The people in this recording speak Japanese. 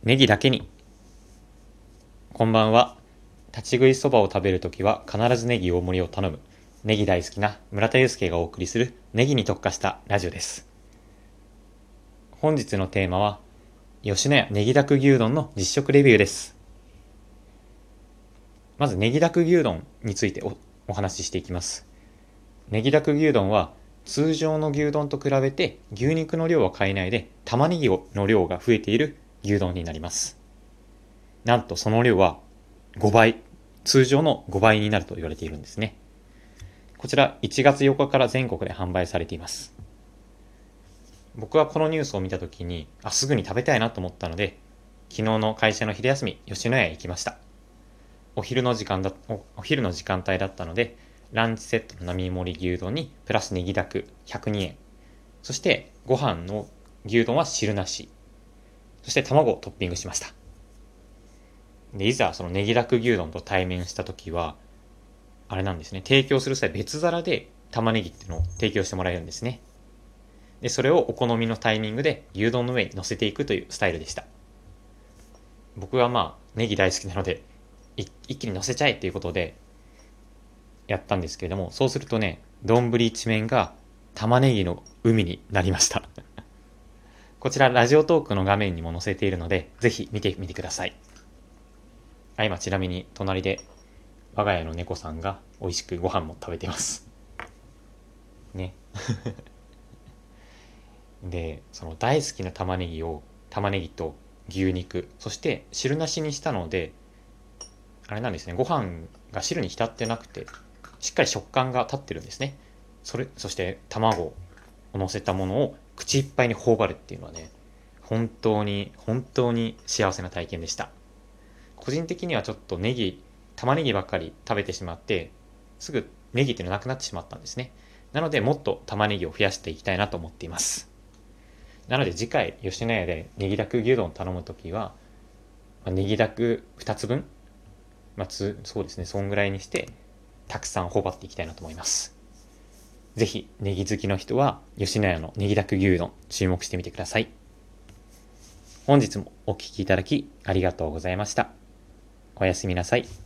ネギだけに。こんばんは。立ち食いそばを食べるときは必ずネギ大盛りを頼む。ネギ大好きな村田祐介がお送りするネギに特化したラジオです。本日のテーマは、吉野家ネギだく牛丼の実食レビューです。まずネギだく牛丼についてお話ししていきます。ネギだく牛丼は通常の牛丼と比べて牛肉の量は変えないで玉ねぎの量が増えている牛丼になります。なんとその量は5倍、通常の5倍になると言われているんですね。こちら1月8日から全国で販売されています。僕はこのニュースを見たときに、すぐに食べたいなと思ったので、昨日の会社の昼休み、吉野家へ行きました。お昼の時間帯だったので、ランチセットの並盛り牛丼にプラスネギだく102円。そしてご飯の牛丼は汁なし。そして卵をトッピングしました。で、いざそのネギだく牛丼と対面したときは、あれなんですね、提供する際別皿で玉ねぎっていうのを提供してもらえるんですね。で、それをお好みのタイミングで牛丼の上に乗せていくというスタイルでした。僕はネギ大好きなので、一気に乗せちゃえっていうことでやったんですけれども、そうするとね、丼一面が玉ねぎの海になりました。こちらラジオトークの画面にも載せているので、ぜひ見てみてください。今ちなみに隣で我が家の猫さんが美味しくご飯も食べています。ね。で、その大好きな玉ねぎと牛肉、そして汁なしにしたので、あれなんですね、ご飯が汁に浸ってなくて、しっかり食感が立ってるんですね。そして卵を乗せたものを口いっぱいに頬張るっていうのはね、本当に幸せな体験でした。個人的にはちょっと玉ねぎばっかり食べてしまって、すぐネギっていうのなくなってしまったんですね。なのでもっと玉ねぎを増やしていきたいなと思っています。なので次回吉野家でネギだく牛丼を頼むときは、ネギだく2つ分、そうですね、そんぐらいにしてたくさん頬張っていきたいなと思います。ぜひネギ好きの人は吉野家のネギだく牛丼注目してみてください。本日もお聞きいただきありがとうございました。おやすみなさい。